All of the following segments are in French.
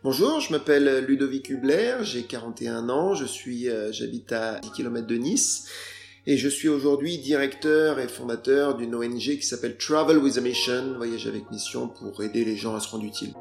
Bonjour, je m'appelle Ludovic Hubler, j'ai 41 ans, j'habite à 10 km de Nice et je suis aujourd'hui directeur et fondateur d'une ONG qui s'appelle Travel with a Mission, voyager avec mission pour aider les gens à se rendre utiles.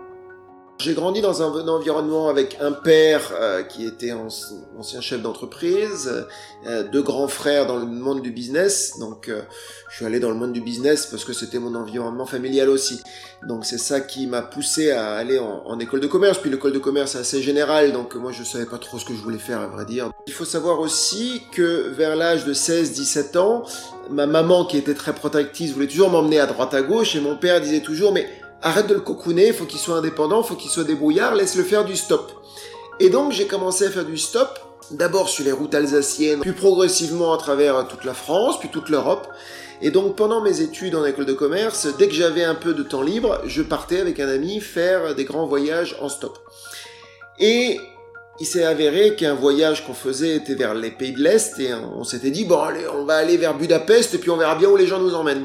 J'ai grandi dans un environnement avec un père qui était ancien chef d'entreprise, deux grands frères dans le monde du business, donc je suis allé dans le monde du business parce que c'était mon environnement familial aussi. Donc c'est ça qui m'a poussé à aller en école de commerce, puis l'école de commerce est assez générale, donc moi je savais pas trop ce que je voulais faire à vrai dire. Il faut savoir aussi que vers l'âge de 16-17 ans, ma maman qui était très protectrice voulait toujours m'emmener à droite à gauche et mon père disait toujours mais arrête de le cocooner, faut qu'il soit indépendant, faut qu'il soit débrouillard, laisse-le faire du stop. Et donc j'ai commencé à faire du stop, d'abord sur les routes alsaciennes, puis progressivement à travers toute la France, puis toute l'Europe. Et donc pendant mes études en école de commerce, dès que j'avais un peu de temps libre, je partais avec un ami faire des grands voyages en stop. Et il s'est avéré qu'un voyage qu'on faisait était vers les pays de l'Est, et on s'était dit, bon allez, on va aller vers Budapest, et puis on verra bien où les gens nous emmènent.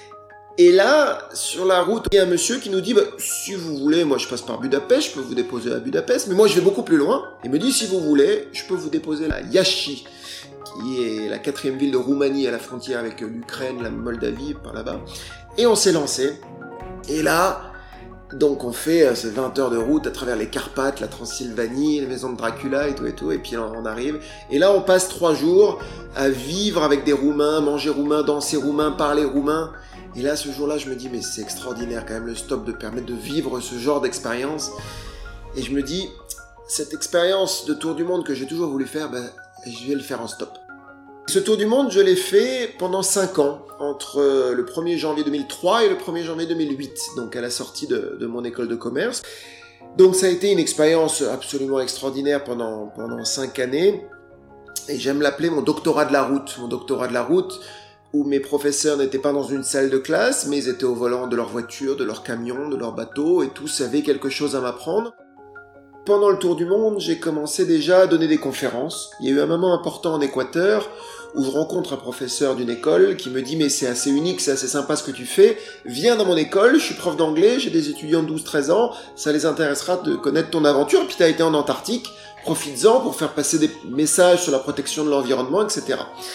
Et là, sur la route, il y a un monsieur qui nous dit si vous voulez, moi je passe par Budapest, je peux vous déposer à Budapest, mais moi je vais beaucoup plus loin. Il me dit si vous voulez, je peux vous déposer à Iași, qui est la 4e ville de Roumanie à la frontière avec l'Ukraine, la Moldavie, par là-bas. Et on s'est lancé. Et là, donc on fait ces 20 heures de route à travers les Carpates, la Transylvanie, les maisons de Dracula et tout, et puis on arrive. Et là on passe 3 jours à vivre avec des Roumains, manger roumain, danser roumain, parler roumain. Et là, ce jour-là, je me dis, mais c'est extraordinaire quand même le stop de permettre de vivre ce genre d'expérience. Et je me dis, cette expérience de tour du monde que j'ai toujours voulu faire, je vais le faire en stop. Ce tour du monde, je l'ai fait pendant 5 ans, entre le 1er janvier 2003 et le 1er janvier 2008, donc à la sortie de mon école de commerce. Donc ça a été une expérience absolument extraordinaire pendant 5 années. Et j'aime l'appeler mon doctorat de la route. Mon doctorat de la route, où mes professeurs n'étaient pas dans une salle de classe, mais ils étaient au volant de leur voiture, de leur camion, de leur bateau, et tous avaient quelque chose à m'apprendre. Pendant le tour du monde, j'ai commencé déjà à donner des conférences. Il y a eu un moment important en Équateur, où je rencontre un professeur d'une école qui me dit « Mais c'est assez unique, c'est assez sympa ce que tu fais, viens dans mon école, je suis prof d'anglais, j'ai des étudiants de 12-13 ans, ça les intéressera de connaître ton aventure, puis t'as été en Antarctique, profites-en pour faire passer des messages sur la protection de l'environnement, etc. »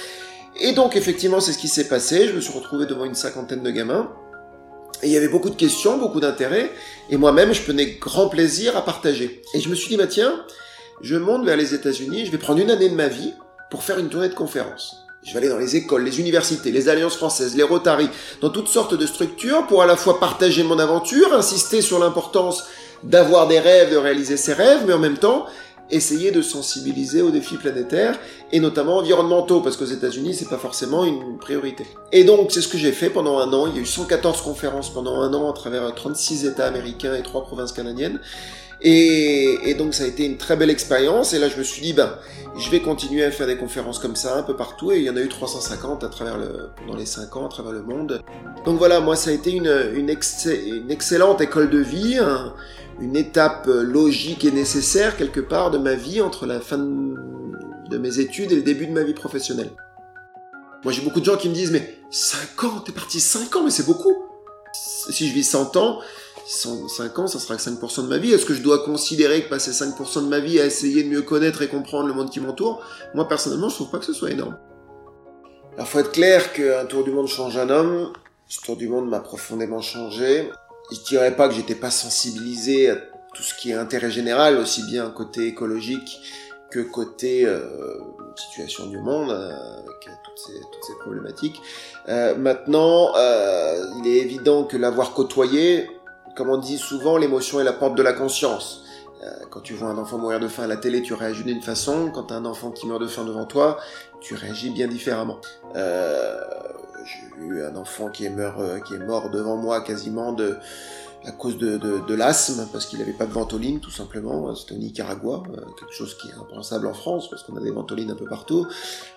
Et donc effectivement c'est ce qui s'est passé, je me suis retrouvé devant une 50aine de gamins, et il y avait beaucoup de questions, beaucoup d'intérêt, et moi-même je prenais grand plaisir à partager. Et je me suis dit, tiens, je monte vers les États-Unis, je vais prendre une année de ma vie pour faire une tournée de conférences. Je vais aller dans les écoles, les universités, les alliances françaises, les Rotary, dans toutes sortes de structures pour à la fois partager mon aventure, insister sur l'importance d'avoir des rêves, de réaliser ses rêves, mais en même temps essayer de sensibiliser aux défis planétaires et notamment environnementaux, parce qu'aux États-Unis c'est pas forcément une priorité. Et donc c'est ce que j'ai fait pendant un an. Il y a eu 114 conférences pendant un an à travers 36 États américains et 3 provinces canadiennes. Et donc ça a été une très belle expérience. Et là je me suis dit je vais continuer à faire des conférences comme ça un peu partout. Et il y en a eu 350 pendant les 5 ans à travers le monde. Donc voilà, moi ça a été une excellente école de vie. Une étape logique et nécessaire quelque part de ma vie entre la fin de mes études et le début de ma vie professionnelle. Moi j'ai beaucoup de gens qui me disent mais 5 ans, t'es parti 5 ans, mais c'est beaucoup. Si je vis 100 ans, 5 ans ça sera que 5% de ma vie. Est-ce que je dois considérer que passer 5% de ma vie à essayer de mieux connaître et comprendre le monde qui m'entoure? Moi personnellement je trouve pas que ce soit énorme. Alors faut être clair qu'un tour du monde change un homme. Ce tour du monde m'a profondément changé. Je dirais pas que j'étais pas sensibilisé à tout ce qui est intérêt général, aussi bien côté écologique que côté situation du monde, avec toutes ces problématiques. Maintenant, il est évident que l'avoir côtoyé, comme on dit souvent, l'émotion est la porte de la conscience. Quand tu vois un enfant mourir de faim à la télé, tu réagis d'une façon. Quand t'as un enfant qui meurt de faim devant toi, tu réagis bien différemment. J'ai eu un enfant qui est mort devant moi quasiment à cause de l'asthme, parce qu'il n'avait pas de ventoline, tout simplement. C'était au Nicaragua, quelque chose qui est impensable en France, parce qu'on a des ventolines un peu partout.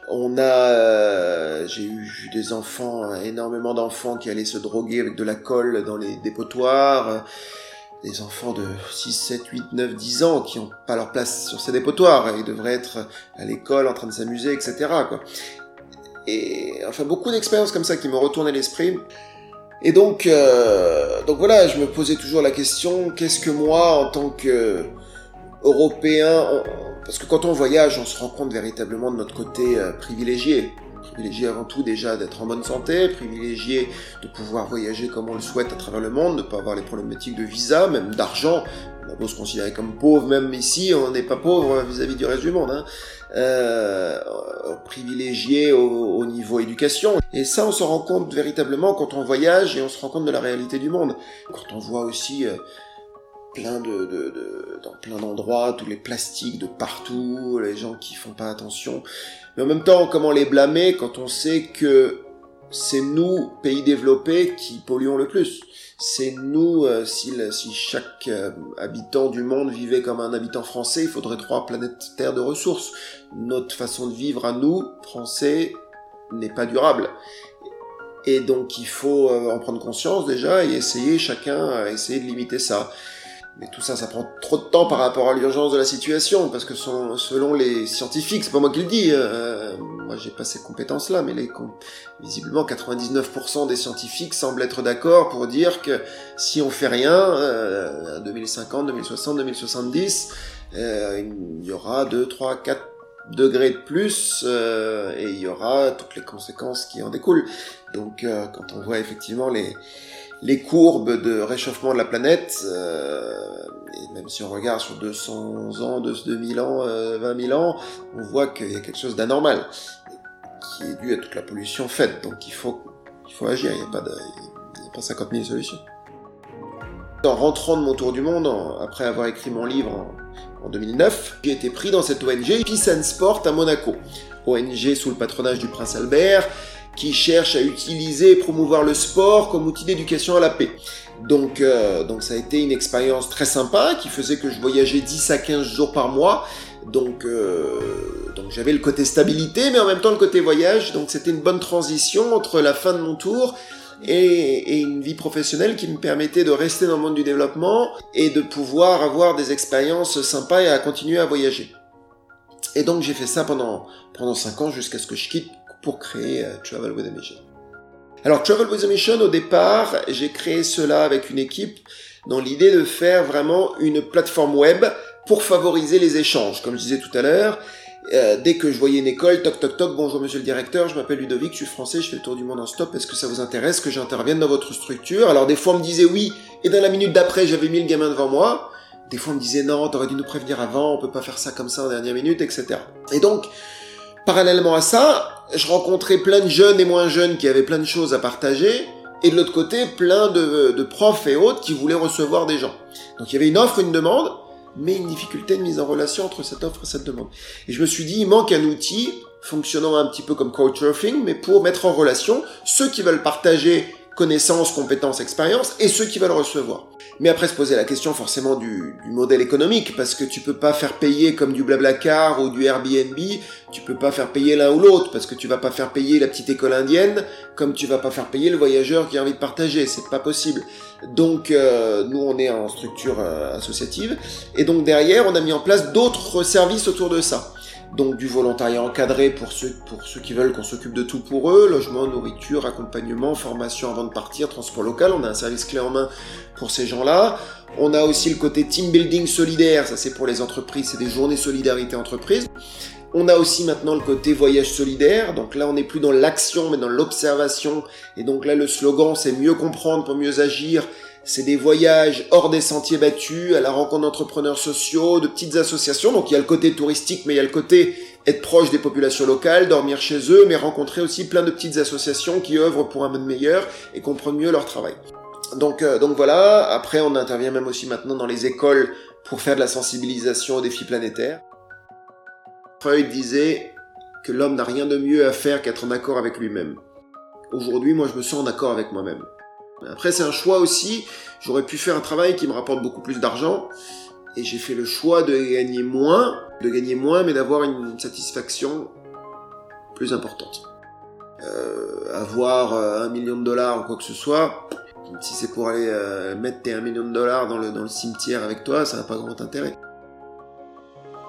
J'ai eu des enfants, énormément d'enfants qui allaient se droguer avec de la colle dans les dépotoirs, des enfants de 6, 7, 8, 9, 10 ans qui n'ont pas leur place sur ces dépotoirs, ils devraient être à l'école en train de s'amuser, etc., quoi. Et enfin, beaucoup d'expériences comme ça qui me retournaient l'esprit. Et donc voilà, je me posais toujours la question, qu'est-ce que moi, en tant que Européen, parce que quand on voyage, on se rend compte véritablement de notre côté privilégié. Privilégié avant tout déjà d'être en bonne santé, privilégié de pouvoir voyager comme on le souhaite à travers le monde, de ne pas avoir les problématiques de visa, même d'argent. On a beau se considérer comme pauvre, même ici, on n'est pas pauvre vis-à-vis du reste du monde. Privilégié au niveau éducation. Et ça, on se rend compte véritablement quand on voyage et on se rend compte de la réalité du monde. Quand on voit aussi dans plein d'endroits, tous les plastiques de partout, les gens qui font pas attention. Mais en même temps, comment les blâmer quand on sait que c'est nous, pays développés, qui polluons le plus. C'est nous, si chaque habitant du monde vivait comme un habitant français, il faudrait 3 planètes Terre de ressources. Notre façon de vivre à nous, Français, n'est pas durable. Et donc il faut en prendre conscience déjà et essayer de limiter ça. Mais tout ça, ça prend trop de temps par rapport à l'urgence de la situation, parce que selon les scientifiques, c'est pas moi qui le dis, moi j'ai pas ces compétences-là, mais visiblement 99% des scientifiques semblent être d'accord pour dire que si on fait rien, à 2050, 2060, 2070, il y aura 2, 3, 4 degrés de plus, et il y aura toutes les conséquences qui en découlent. Donc quand on voit effectivement les courbes de réchauffement de la planète, et même si on regarde sur 200 ans, 2000 ans, 20 000 ans, on voit qu'il y a quelque chose d'anormal, qui est dû à toute la pollution faite. Donc il faut agir, il n'y a pas 50 000 solutions. En rentrant de mon tour du monde, après avoir écrit mon livre en 2009, j'ai été pris dans cette ONG Peace and Sport à Monaco. ONG sous le patronage du prince Albert, qui cherche à utiliser et promouvoir le sport comme outil d'éducation à la paix. Donc ça a été une expérience très sympa, qui faisait que je voyageais 10 à 15 jours par mois. Donc j'avais le côté stabilité, mais en même temps le côté voyage. Donc c'était une bonne transition entre la fin de mon tour et une vie professionnelle qui me permettait de rester dans le monde du développement et de pouvoir avoir des expériences sympas et à continuer à voyager. Et donc j'ai fait ça pendant 5 ans jusqu'à ce que je quitte pour créer Travel with a Mission. Alors Travel with a Mission, au départ, j'ai créé cela avec une équipe dans l'idée de faire vraiment une plateforme web pour favoriser les échanges. Comme je disais tout à l'heure, dès que je voyais une école, toc toc toc, bonjour monsieur le directeur, je m'appelle Ludovic, je suis français, je fais le tour du monde en stop, est-ce que ça vous intéresse que j'intervienne dans votre structure? Alors des fois on me disait oui, et dans la minute d'après j'avais 1000 gamins devant moi. Des fois on me disait non, t'aurais dû nous prévenir avant, on peut pas faire ça comme ça en dernière minute, etc. Et donc, parallèlement à ça, je rencontrais plein de jeunes et moins jeunes qui avaient plein de choses à partager, et de l'autre côté, plein de profs et autres qui voulaient recevoir des gens. Donc il y avait une offre, une demande, mais une difficulté de mise en relation entre cette offre et cette demande. Et je me suis dit, il manque un outil fonctionnant un petit peu comme Couchsurfing, mais pour mettre en relation ceux qui veulent partager connaissances, compétences, expériences, et ceux qui veulent recevoir. Mais après se poser la question forcément du modèle économique, parce que tu peux pas faire payer comme du Blablacar ou du Airbnb, tu peux pas faire payer l'un ou l'autre, parce que tu vas pas faire payer la petite école indienne, comme tu vas pas faire payer le voyageur qui a envie de partager, c'est pas possible. Donc nous on est en structure associative, et donc derrière on a mis en place d'autres services autour de ça. Donc du volontariat encadré pour ceux qui veulent qu'on s'occupe de tout pour eux, logement, nourriture, accompagnement, formation avant de partir, transport local, on a un service clé en main pour ces gens-là. On a aussi le côté team building solidaire, ça c'est pour les entreprises, c'est des journées solidarité entreprise. On a aussi maintenant le côté voyage solidaire, donc là on n'est plus dans l'action mais dans l'observation, et donc là le slogan c'est mieux comprendre pour mieux agir. C'est des voyages hors des sentiers battus, à la rencontre d'entrepreneurs sociaux, de petites associations. Donc il y a le côté touristique, mais il y a le côté être proche des populations locales, dormir chez eux, mais rencontrer aussi plein de petites associations qui œuvrent pour un monde meilleur et comprendre mieux leur travail. Donc voilà, après on intervient même aussi maintenant dans les écoles pour faire de la sensibilisation aux défis planétaires. Freud disait que l'homme n'a rien de mieux à faire qu'être en accord avec lui-même. Aujourd'hui, moi je me sens en accord avec moi-même. Après, c'est un choix aussi. J'aurais pu faire un travail qui me rapporte beaucoup plus d'argent. Et j'ai fait le choix de gagner moins, mais d'avoir une satisfaction plus importante. Avoir $1 million ou quoi que ce soit, si c'est pour aller mettre tes $1 million dans le cimetière avec toi, ça n'a pas grand intérêt.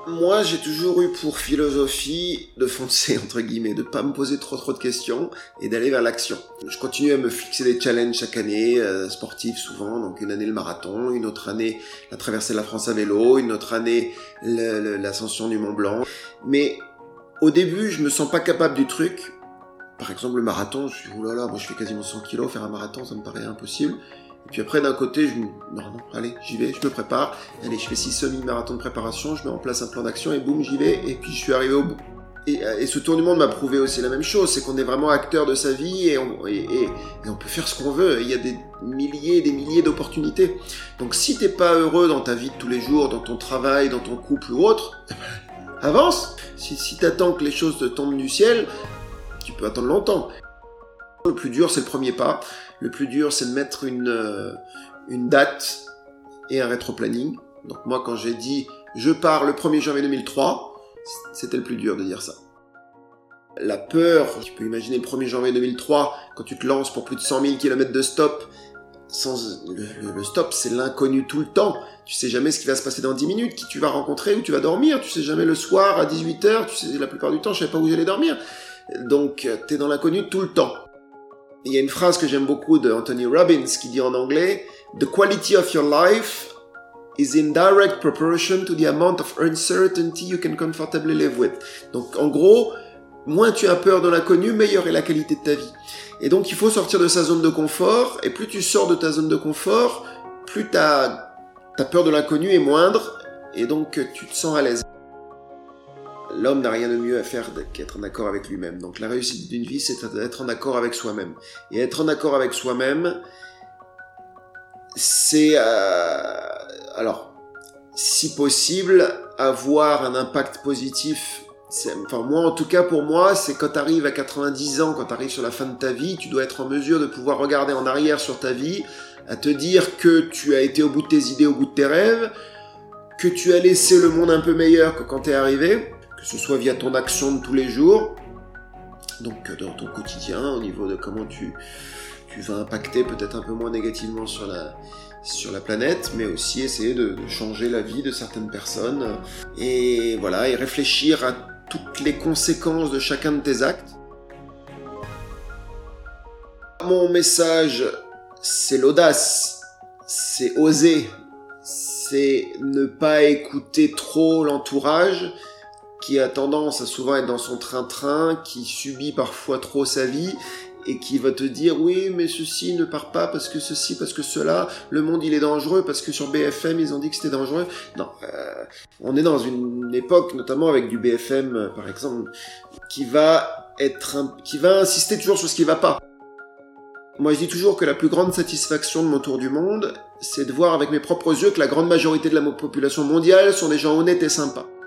Moi, j'ai toujours eu pour philosophie de foncer, entre guillemets, de pas me poser trop de questions et d'aller vers l'action. Je continue à me fixer des challenges chaque année, sportifs souvent, donc une année le marathon, une autre année la traversée de la France à vélo, une autre année l'ascension du Mont Blanc. Mais au début, je me sens pas capable du truc. Par exemple, le marathon, je suis, oulala, moi je fais quasiment 100 kilos, faire un marathon, ça me paraît impossible. Et puis après, d'un côté, non, allez, j'y vais, je me prépare. Allez, je fais 6 semi-marathons de préparation, je mets en place un plan d'action et boum, j'y vais. Et puis je suis arrivé au bout. Et ce tour du monde m'a prouvé aussi la même chose, c'est qu'on est vraiment acteur de sa vie et on peut faire ce qu'on veut. Il y a des milliers d'opportunités. Donc si t'es pas heureux dans ta vie de tous les jours, dans ton travail, dans ton couple ou autre, avance. Si t'attends que les choses te tombent du ciel, tu peux attendre longtemps. Le plus dur, c'est le premier pas. Le plus dur, c'est de mettre une date et un rétro-planning. Donc moi, quand j'ai dit « je pars le 1er janvier 2003 », c'était le plus dur de dire ça. La peur, tu peux imaginer le 1er janvier 2003, quand tu te lances pour plus de 100 000 km de stop, le stop, c'est l'inconnu tout le temps. Tu sais jamais ce qui va se passer dans 10 minutes, qui tu vas rencontrer, où tu vas dormir. Tu sais jamais le soir à 18h, tu sais la plupart du temps, je savais pas où j'allais dormir. Donc, t'es dans l'inconnu tout le temps. Il y a une phrase que j'aime beaucoup de Anthony Robbins qui dit en anglais « The quality of your life is in direct proportion to the amount of uncertainty you can comfortably live with. » Donc, en gros, moins tu as peur de l'inconnu, meilleure est la qualité de ta vie. Et donc, il faut sortir de sa zone de confort, et plus tu sors de ta zone de confort, plus ta peur de l'inconnu est moindre, et donc tu te sens à l'aise. L'homme n'a rien de mieux à faire qu'être en accord avec lui-même. Donc la réussite d'une vie, c'est d'être en accord avec soi-même. Et être en accord avec soi-même, c'est, alors, si possible, avoir un impact positif. Enfin, moi, en tout cas, pour moi, c'est quand tu arrives à 90 ans, quand tu arrives sur la fin de ta vie, tu dois être en mesure de pouvoir regarder en arrière sur ta vie, à te dire que tu as été au bout de tes idées, au bout de tes rêves, que tu as laissé le monde un peu meilleur que quand tu es arrivé, que ce soit via ton action de tous les jours, donc dans ton quotidien, au niveau de comment tu vas impacter peut-être un peu moins négativement sur la planète, mais aussi essayer de changer la vie de certaines personnes, et voilà, et réfléchir à toutes les conséquences de chacun de tes actes. Mon message, c'est l'audace, c'est oser, c'est ne pas écouter trop l'entourage, qui a tendance à souvent être dans son train-train, qui subit parfois trop sa vie, et qui va te dire « oui, mais ceci ne part pas parce que ceci, parce que cela, le monde il est dangereux, parce que sur BFM ils ont dit que c'était dangereux. » Non, on est dans une époque, notamment avec du BFM par exemple, qui va insister toujours sur ce qui va pas. Moi, je dis toujours que la plus grande satisfaction de mon tour du monde, c'est de voir avec mes propres yeux que la grande majorité de la population mondiale sont des gens honnêtes et sympas.